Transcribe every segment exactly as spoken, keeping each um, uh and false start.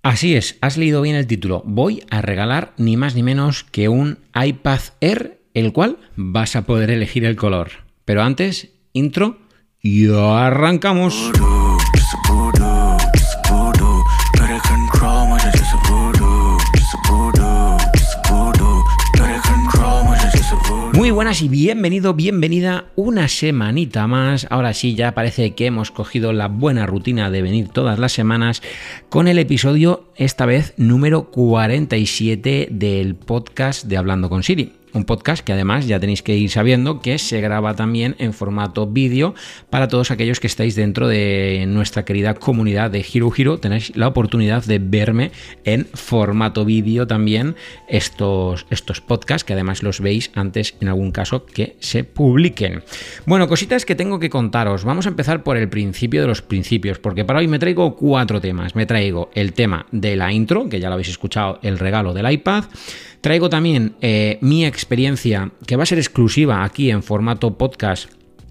Así es, has leído bien el título. Voy a regalar ni más ni menos que un iPad Air, el cual vas a poder elegir el color. Pero antes, intro y arrancamos. Muy buenas y bienvenido, bienvenida una semanita más. Ahora sí, ya parece que hemos cogido la buena rutina de venir todas las semanas con el episodio, esta vez número cuarenta y siete del podcast de Hablando con Siri. Un podcast que además ya tenéis que ir sabiendo que se graba también en formato vídeo para todos aquellos que estáis dentro de nuestra querida comunidad de Hero Hero. Tenéis la oportunidad de verme en formato vídeo también estos, estos podcasts, que además los veis antes en algún caso que se publiquen. Bueno, cositas que tengo que contaros. Vamos a empezar por el principio de los principios, porque para hoy me traigo cuatro temas. Me traigo el tema de la intro, que ya lo habéis escuchado, el regalo del iPad. Traigo también eh, mi experiencia, que va a ser exclusiva aquí en formato podcast,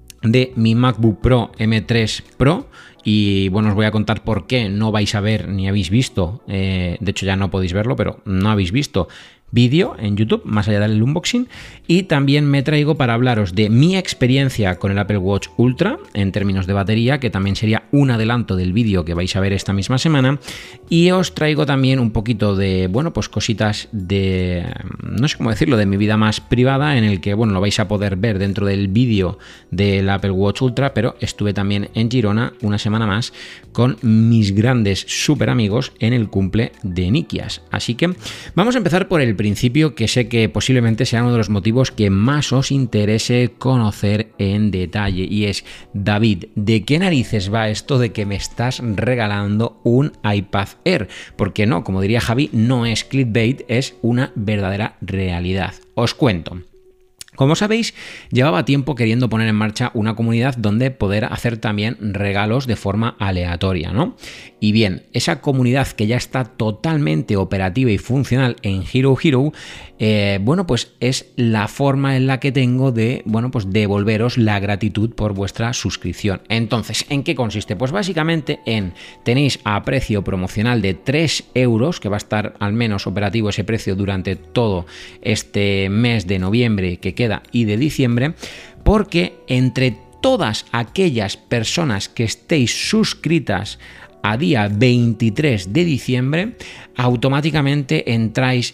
de mi MacBook Pro M tres Pro. Y bueno, os voy a contar por qué no vais a ver ni habéis visto, eh, de hecho ya no podéis verlo, pero no habéis visto vídeo en YouTube, más allá del unboxing. Y también me traigo para hablaros de mi experiencia con el Apple Watch Ultra en términos de batería, que también sería un adelanto del vídeo que vais a ver esta misma semana. Y os traigo también un poquito de, bueno, pues cositas de, no sé cómo decirlo, de mi vida más privada, en el que, bueno, lo vais a poder ver dentro del vídeo del Apple Watch Ultra, pero estuve también en Girona una semana más con mis grandes super amigos en el cumple de Nikias. Así que vamos a empezar por el principio, que sé que posiblemente sea uno de los motivos que más os interese conocer en detalle, y es: David, ¿de qué narices va esto de que me estás regalando un iPad Air? Porque no, como diría Javi, no es clickbait, es una verdadera realidad. Os cuento. Como sabéis, llevaba tiempo queriendo poner en marcha una comunidad donde poder hacer también regalos de forma aleatoria, ¿no? Y bien, esa comunidad que ya está totalmente operativa y funcional en Hero Hero, eh, bueno, pues es la forma en la que tengo de, bueno, pues devolveros la gratitud por vuestra suscripción. Entonces, ¿en qué consiste? Pues básicamente en, tenéis a precio promocional de tres euros, que va a estar al menos operativo ese precio durante todo este mes de noviembre que queda y de diciembre, porque entre todas aquellas personas que estéis suscritas a día veintitrés de diciembre, automáticamente entráis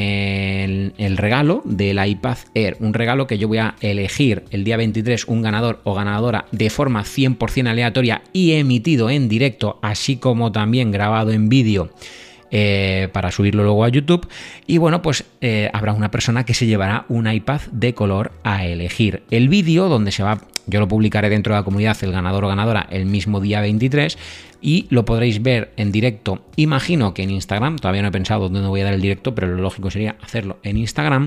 en el regalo del iPad Air, un regalo que yo voy a elegir el día veintitrés, un ganador o ganadora de forma cien por ciento aleatoria y emitido en directo, así como también grabado en vídeo, Eh, para subirlo luego a YouTube. Y bueno, pues eh, habrá una persona que se llevará un iPad de color a elegir. El vídeo donde se va, yo lo publicaré dentro de la comunidad, el ganador o ganadora, el mismo día veintitrés, y lo podréis ver en directo, imagino que en Instagram. Todavía no he pensado dónde voy a dar el directo, pero lo lógico sería hacerlo en Instagram.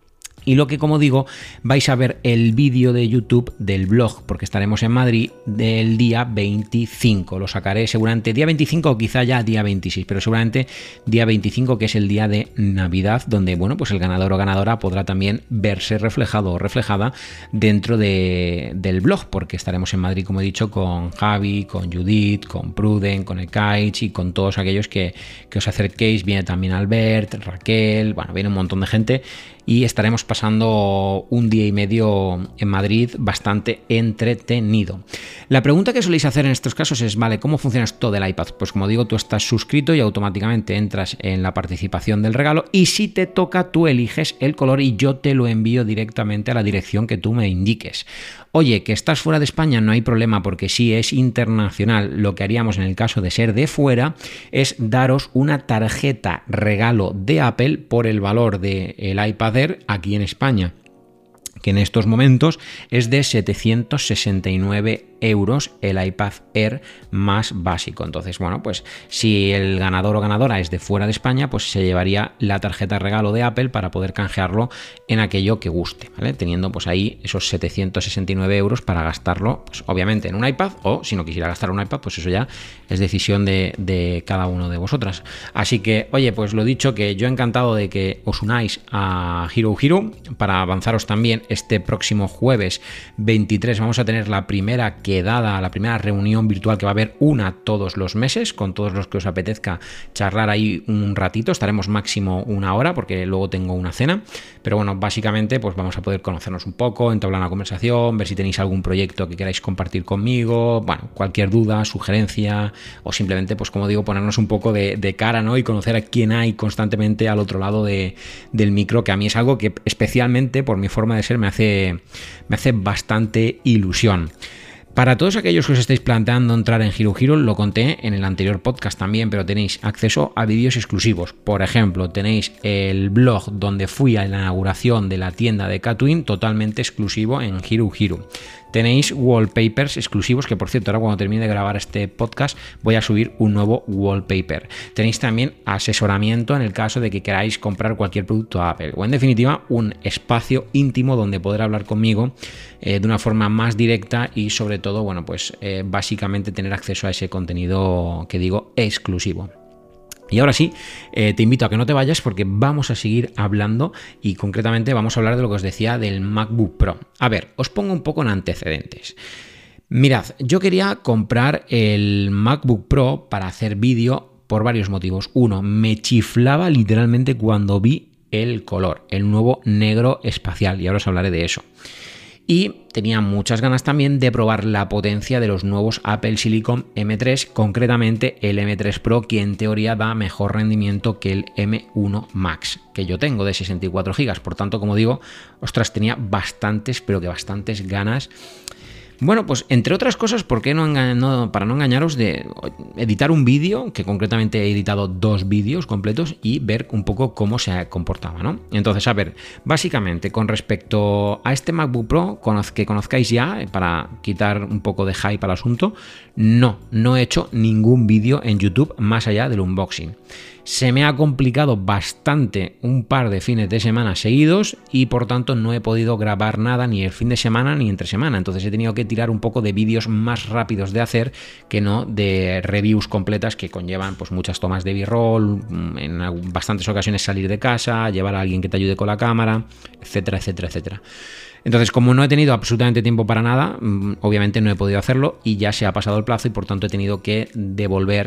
Y lo que, como digo, vais a ver el vídeo de YouTube del blog, porque estaremos en Madrid del día veinticinco. Lo sacaré seguramente día veinticinco o quizá ya día veintiséis, pero seguramente día veinticinco, que es el día de Navidad, donde, bueno, pues el ganador o ganadora podrá también verse reflejado o reflejada dentro de, del blog, porque estaremos en Madrid, como he dicho, con Javi, con Judith, con Pruden, con Ekaich y con todos aquellos que, que os acerquéis. Viene también Albert, Raquel, bueno, viene un montón de gente. Y estaremos pasando un día y medio en Madrid bastante entretenido. La pregunta que soléis hacer en estos casos es, vale, ¿cómo funciona esto del iPad? Pues como digo, tú estás suscrito y automáticamente entras en la participación del regalo, y si te toca, tú eliges el color y yo te lo envío directamente a la dirección que tú me indiques. Oye, que estás fuera de España, no hay problema, porque si es internacional, lo que haríamos en el caso de ser de fuera es daros una tarjeta regalo de Apple por el valor del iPad Air aquí en España, que en estos momentos es de setecientos sesenta y nueve euros el iPad Air más básico. Entonces, bueno, pues si el ganador o ganadora es de fuera de España, pues se llevaría la tarjeta regalo de Apple para poder canjearlo en aquello que guste, ¿vale? Teniendo pues ahí esos setecientos sesenta y nueve euros para gastarlo, pues obviamente en un iPad, o si no quisiera gastar un iPad, pues eso ya es decisión de, de cada uno de vosotras. Así que, oye, pues lo dicho, que yo encantado de que os unáis a Hero Hero para avanzaros también este próximo jueves veintitrés vamos a tener la primera quedada, la primera reunión virtual que va a haber una todos los meses, con todos los que os apetezca charlar ahí un ratito. Estaremos máximo una hora porque luego tengo una cena, pero bueno, básicamente pues vamos a poder conocernos un poco, entablar una conversación, ver si tenéis algún proyecto que queráis compartir conmigo, bueno, cualquier duda, sugerencia o simplemente, pues como digo, ponernos un poco de, de cara, ¿no? Y conocer a quién hay constantemente al otro lado de, del micro, que a mí es algo que especialmente por mi forma de ser me hace, me hace bastante ilusión. Para todos aquellos que os estáis planteando entrar en Hiro Hiro, lo conté en el anterior podcast también, pero tenéis acceso a vídeos exclusivos. Por ejemplo, tenéis el blog donde fui a la inauguración de la tienda de Katwin totalmente exclusivo en Hiro Hiro. Tenéis wallpapers exclusivos, que por cierto, ahora cuando termine de grabar este podcast voy a subir un nuevo wallpaper. Tenéis también asesoramiento en el caso de que queráis comprar cualquier producto a Apple, o en definitiva un espacio íntimo donde poder hablar conmigo eh, de una forma más directa y sobre todo, bueno, pues eh, básicamente tener acceso a ese contenido que digo exclusivo. Y ahora sí, eh, te invito a que no te vayas porque vamos a seguir hablando y concretamente vamos a hablar de lo que os decía del MacBook Pro. A ver, os pongo un poco en antecedentes. Mirad, yo quería comprar el MacBook Pro para hacer vídeo por varios motivos. Uno, me chiflaba literalmente cuando vi el color, el nuevo negro espacial, y ahora os hablaré de eso. Y tenía muchas ganas también de probar la potencia de los nuevos Apple Silicon M tres, concretamente el M tres Pro, que en teoría da mejor rendimiento que el M uno Max, que yo tengo de sesenta y cuatro gigas. Por tanto, como digo, ostras, tenía bastantes, pero que bastantes ganas. Bueno, pues entre otras cosas, ¿por qué no, no para no engañaros, de editar un vídeo, que concretamente he editado dos vídeos completos, y ver un poco cómo se comportaba, ¿no? Entonces, a ver, básicamente con respecto a este MacBook Pro, que conozcáis ya, para quitar un poco de hype al asunto, no, no he hecho ningún vídeo en YouTube más allá del unboxing. Se me ha complicado bastante un par de fines de semana seguidos y por tanto no he podido grabar nada ni el fin de semana ni entre semana. Entonces he tenido que tirar un poco de vídeos más rápidos de hacer que no de reviews completas que conllevan pues muchas tomas de B-roll, en bastantes ocasiones salir de casa, llevar a alguien que te ayude con la cámara, etcétera, etcétera, etcétera. Entonces, como no he tenido absolutamente tiempo para nada, obviamente no he podido hacerlo y ya se ha pasado el plazo y por tanto he tenido que devolver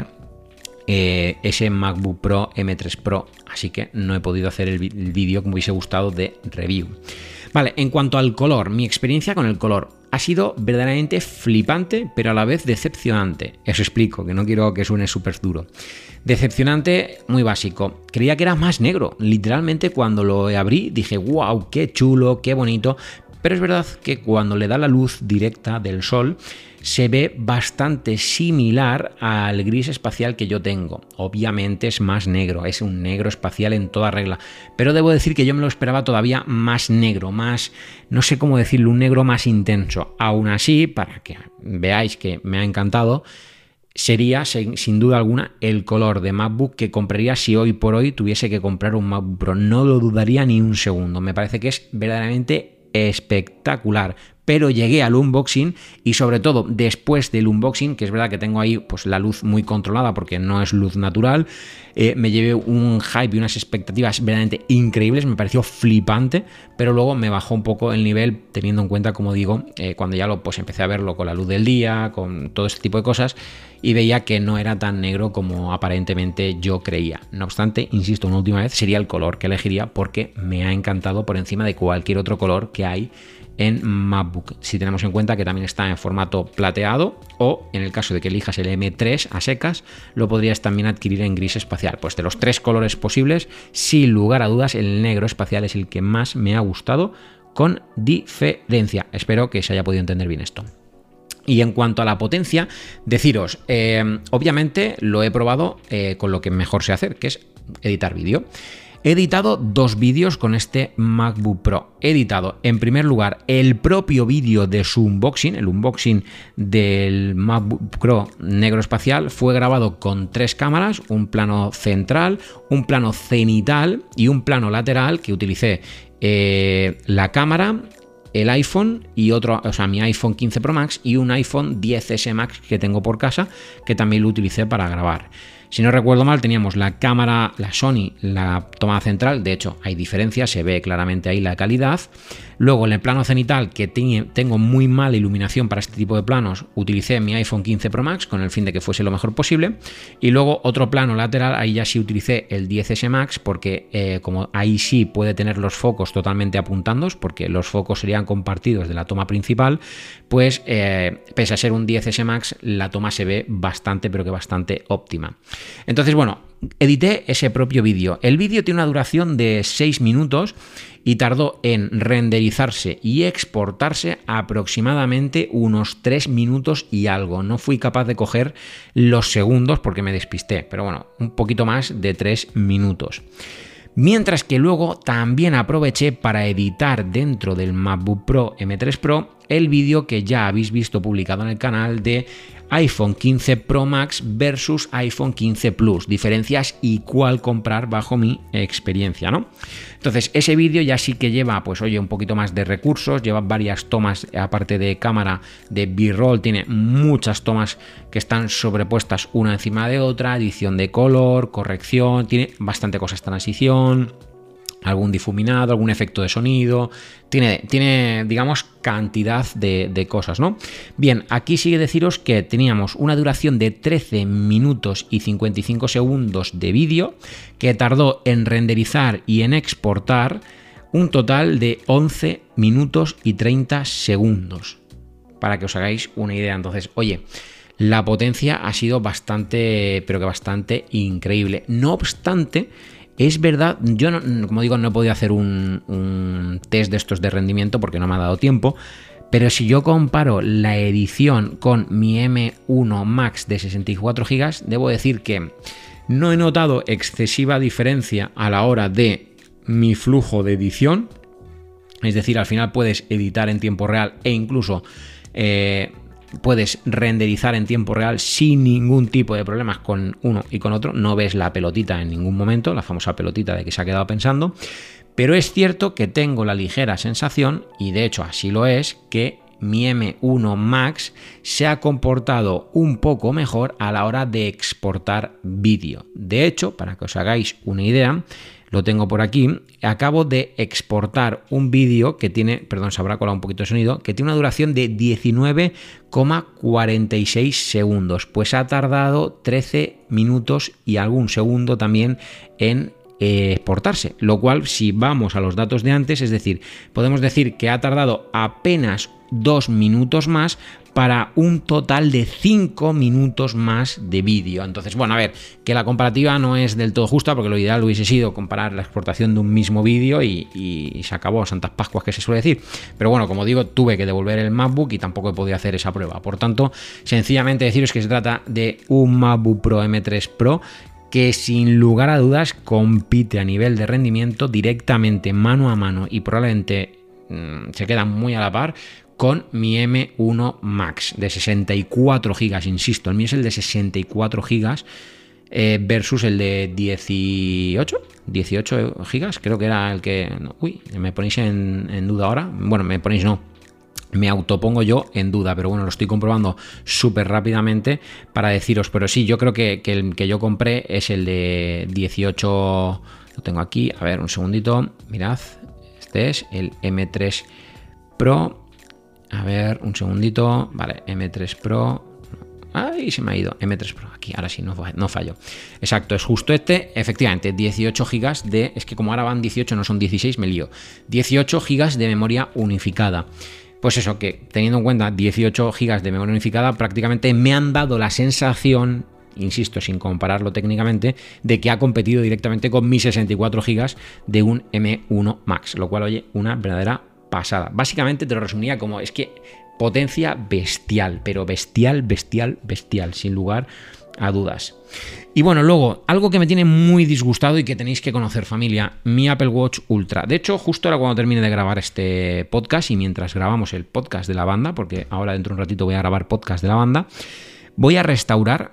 Eh, ese MacBook Pro M tres Pro, así que no he podido hacer el, el vídeo que me hubiese gustado de review. Vale, en cuanto al color, mi experiencia con el color ha sido verdaderamente flipante, pero a la vez decepcionante. Os explico, que no quiero que suene súper duro. Decepcionante, muy básico. Creía que era más negro. Literalmente cuando lo abrí dije, wow, qué chulo, qué bonito. Pero es verdad que cuando le da la luz directa del sol se ve bastante similar al gris espacial que yo tengo. Obviamente es más negro, es un negro espacial en toda regla, pero debo decir que yo me lo esperaba todavía más negro, más, no sé cómo decirlo, un negro más intenso. Aún así, para que veáis que me ha encantado, sería sin duda alguna el color de MacBook que compraría si hoy por hoy tuviese que comprar un MacBook Pro. No lo dudaría ni un segundo, me parece que es verdaderamente espectacular. Pero llegué al unboxing y sobre todo después del unboxing, que es verdad que tengo ahí pues la luz muy controlada porque no es luz natural, eh, me llevé un hype y unas expectativas verdaderamente increíbles, me pareció flipante, pero luego me bajó un poco el nivel teniendo en cuenta, como digo, eh, cuando ya lo pues empecé a verlo con la luz del día, con todo este tipo de cosas y veía que no era tan negro como aparentemente yo creía. No obstante, insisto una última vez, sería el color que elegiría porque me ha encantado por encima de cualquier otro color que hay en MacBook, si tenemos en cuenta que también está en formato plateado o en el caso de que elijas el M tres a secas lo podrías también adquirir en gris espacial. Pues de los tres colores posibles, sin lugar a dudas el negro espacial es el que más me ha gustado con diferencia. Espero que se haya podido entender bien esto. Y en cuanto a la potencia, deciros, eh, obviamente lo he probado eh, con lo que mejor sé hacer, que es editar vídeo. He editado dos vídeos con este MacBook Pro. He editado, en primer lugar, el propio vídeo de su unboxing. El unboxing del MacBook Pro negro espacial fue grabado con tres cámaras, un plano central, un plano cenital y un plano lateral que utilicé eh, la cámara, el iPhone y otro, o sea, mi iPhone quince Pro Max y un iPhone diez ese Max que tengo por casa, que también lo utilicé para grabar. Si no recuerdo mal, teníamos la cámara, la Sony, la toma central, de hecho hay diferencias, se ve claramente ahí la calidad. Luego en el plano cenital, que tengo muy mala iluminación para este tipo de planos, utilicé mi iPhone quince Pro Max con el fin de que fuese lo mejor posible. Y luego otro plano lateral, ahí ya sí utilicé el diez ese Max, porque eh, como ahí sí puede tener los focos totalmente apuntandos, porque los focos serían compartidos de la toma principal, pues eh, pese a ser un diez ese Max, la toma se ve bastante, pero que bastante óptima. Entonces, bueno, edité ese propio vídeo. El vídeo tiene una duración de seis minutos y tardó en renderizarse y exportarse aproximadamente unos tres minutos y algo. No fui capaz de coger los segundos porque me despisté, pero bueno, un poquito más de tres minutos. Mientras que luego también aproveché para editar dentro del MacBook Pro eme tres Pro el vídeo que ya habéis visto publicado en el canal de iPhone quince Pro Max versus iPhone quince Plus, diferencias y cuál comprar bajo mi experiencia, ¿no? Entonces ese vídeo ya sí que lleva, pues oye, un poquito más de recursos, lleva varias tomas, aparte de cámara, de B-roll, tiene muchas tomas que están sobrepuestas una encima de otra, edición de color, corrección, tiene bastante cosas, transición, algún difuminado, algún efecto de sonido, tiene, tiene digamos, cantidad de, de cosas, ¿no? Bien, aquí sigue deciros que teníamos una duración de trece minutos y cincuenta y cinco segundos de vídeo, que tardó en renderizar y en exportar un total de once minutos y treinta segundos, para que os hagáis una idea. Entonces, oye, la potencia ha sido bastante, pero que bastante increíble. No obstante, es verdad, yo no, como digo, no he podido hacer un, un test de estos de rendimiento porque no me ha dado tiempo, pero si yo comparo la edición con mi eme uno Max de sesenta y cuatro gigas, debo decir que no he notado excesiva diferencia a la hora de mi flujo de edición, es decir, al final puedes editar en tiempo real e incluso eh, puedes renderizar en tiempo real sin ningún tipo de problemas con uno y con otro. No ves la pelotita en ningún momento, la famosa pelotita de que se ha quedado pensando. Pero es cierto que tengo la ligera sensación, y de hecho así lo es, que mi eme uno Max se ha comportado un poco mejor a la hora de exportar vídeo. De hecho, para que os hagáis una idea, lo tengo por aquí, acabo de exportar un vídeo que tiene, perdón, se habrá colado un poquito de sonido, que tiene una duración de diecinueve coma cuarenta y seis segundos, pues ha tardado trece minutos y algún segundo también en eh, exportarse, lo cual, si vamos a los datos de antes, es decir, podemos decir que ha tardado apenas dos minutos más para un total de cinco minutos más de vídeo. Entonces, bueno, a ver, que la comparativa no es del todo justa, porque lo ideal hubiese sido comparar la exportación de un mismo vídeo y, y, y se acabó, Santas Pascuas, que se suele decir. Pero bueno, como digo, tuve que devolver el MacBook y tampoco he podido hacer esa prueba. Por tanto, sencillamente deciros que se trata de un MacBook Pro eme tres Pro que sin lugar a dudas compite a nivel de rendimiento directamente mano a mano y probablemente mmm, se queda muy a la par con mi eme uno Max de sesenta y cuatro gigas, insisto, el mío es el de sesenta y cuatro gigas eh, versus el de dieciocho gigas, creo que era el que... No, uy, me ponéis en, en duda ahora, bueno, me ponéis no, me autopongo yo en duda, pero bueno, lo estoy comprobando súper rápidamente para deciros, pero sí, yo creo que, que el que yo compré es el de dieciocho, lo tengo aquí, a ver, un segundito, mirad, este es el eme tres Pro. A ver, un segundito. Vale, eme tres Pro. Ay, se me ha ido. eme tres Pro. Aquí, ahora sí, no, no fallo. Exacto, es justo este. Efectivamente, dieciocho gigas de... Es que como ahora van dieciocho, no son dieciséis, me lío. dieciocho gigas de memoria unificada. Pues eso, que teniendo en cuenta dieciocho gigas de memoria unificada, prácticamente me han dado la sensación, insisto, sin compararlo técnicamente, de que ha competido directamente con mis sesenta y cuatro gigas de un eme uno Max. Lo cual, oye, una verdadera pasada. Básicamente te lo resumía como es que potencia bestial, pero bestial, bestial, bestial, sin lugar a dudas. Y bueno, luego, algo que me tiene muy disgustado y que tenéis que conocer, familia, mi Apple Watch Ultra. De hecho, justo ahora cuando termine de grabar este podcast y mientras grabamos el podcast de la banda, porque ahora dentro de un ratito voy a grabar podcast de la banda, voy a restaurar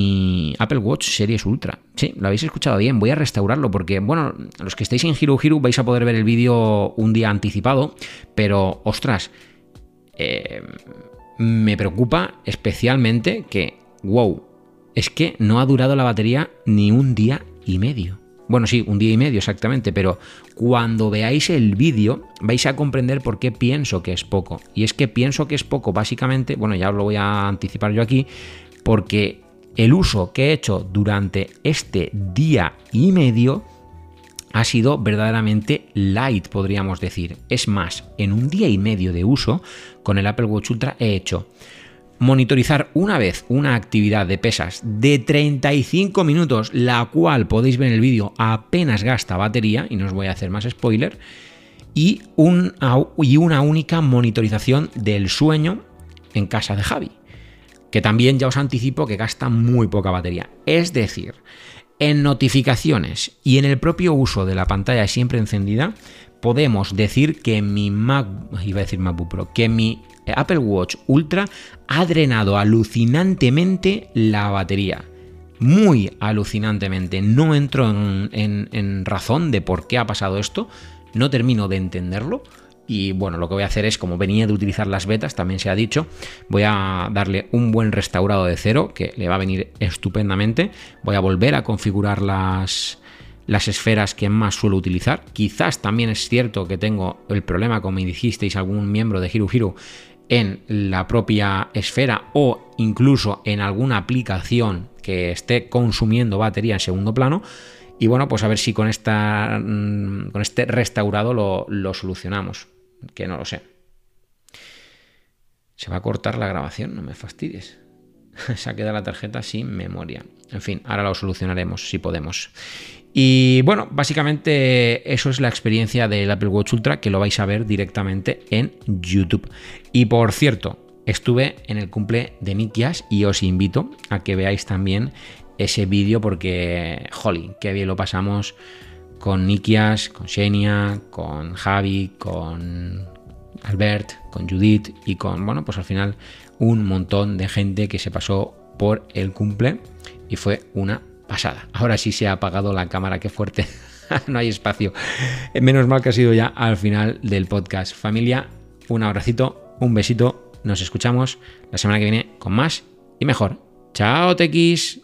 mi Apple Watch Series Ultra. Sí, lo habéis escuchado bien, voy a restaurarlo porque, bueno, los que estéis en Hero Hero vais a poder ver el vídeo un día anticipado, pero, ostras, eh, me preocupa especialmente que, wow, es que no ha durado la batería ni un día y medio. Bueno, sí, un día y medio exactamente, pero cuando veáis el vídeo vais a comprender por qué pienso que es poco. Y es que pienso que es poco básicamente, bueno, ya os lo voy a anticipar yo aquí, porque el uso que he hecho durante este día y medio ha sido verdaderamente light, podríamos decir. Es más, en un día y medio de uso con el Apple Watch Ultra he hecho monitorizar una vez una actividad de pesas de treinta y cinco minutos, la cual podéis ver en el vídeo apenas gasta batería, y no os voy a hacer más spoiler, y, un, y una única monitorización del sueño en casa de Javi, que también ya os anticipo que gasta muy poca batería. Es decir, en notificaciones y en el propio uso de la pantalla siempre encendida, podemos decir que mi Mac, iba a decir MacBook Pro, que mi Apple Watch Ultra ha drenado alucinantemente la batería. Muy alucinantemente. No entro en, en, en razón de por qué ha pasado esto. No termino de entenderlo. Y bueno, lo que voy a hacer es, como venía de utilizar las betas, también se ha dicho, voy a darle un buen restaurado de cero, que le va a venir estupendamente. Voy a volver a configurar las... las esferas que más suelo utilizar. Quizás también es cierto que tengo el problema, como me dijisteis algún miembro de Hiru Hiru, en la propia esfera o incluso en alguna aplicación que esté consumiendo batería en segundo plano. Y bueno, pues a ver si con, esta, con este restaurado lo, lo solucionamos, que no lo sé. Se va a cortar la grabación, no me fastidies. Se ha quedado la tarjeta sin memoria. En fin, ahora lo solucionaremos si podemos. Y bueno, básicamente eso es la experiencia del Apple Watch Ultra, que lo vais a ver directamente en YouTube. Y por cierto, estuve en el cumple de Nikias y os invito a que veáis también ese vídeo porque, jolín, qué bien lo pasamos con Nikias, con Xenia, con Javi, con Albert, con Judith y con, bueno, pues al final un montón de gente que se pasó por el cumple y fue una pasada. Ahora sí se ha apagado la cámara, qué fuerte. No hay espacio. Menos mal que ha sido ya al final del podcast. Familia, un abracito, un besito. Nos escuchamos la semana que viene con más y mejor. Chao, tequis.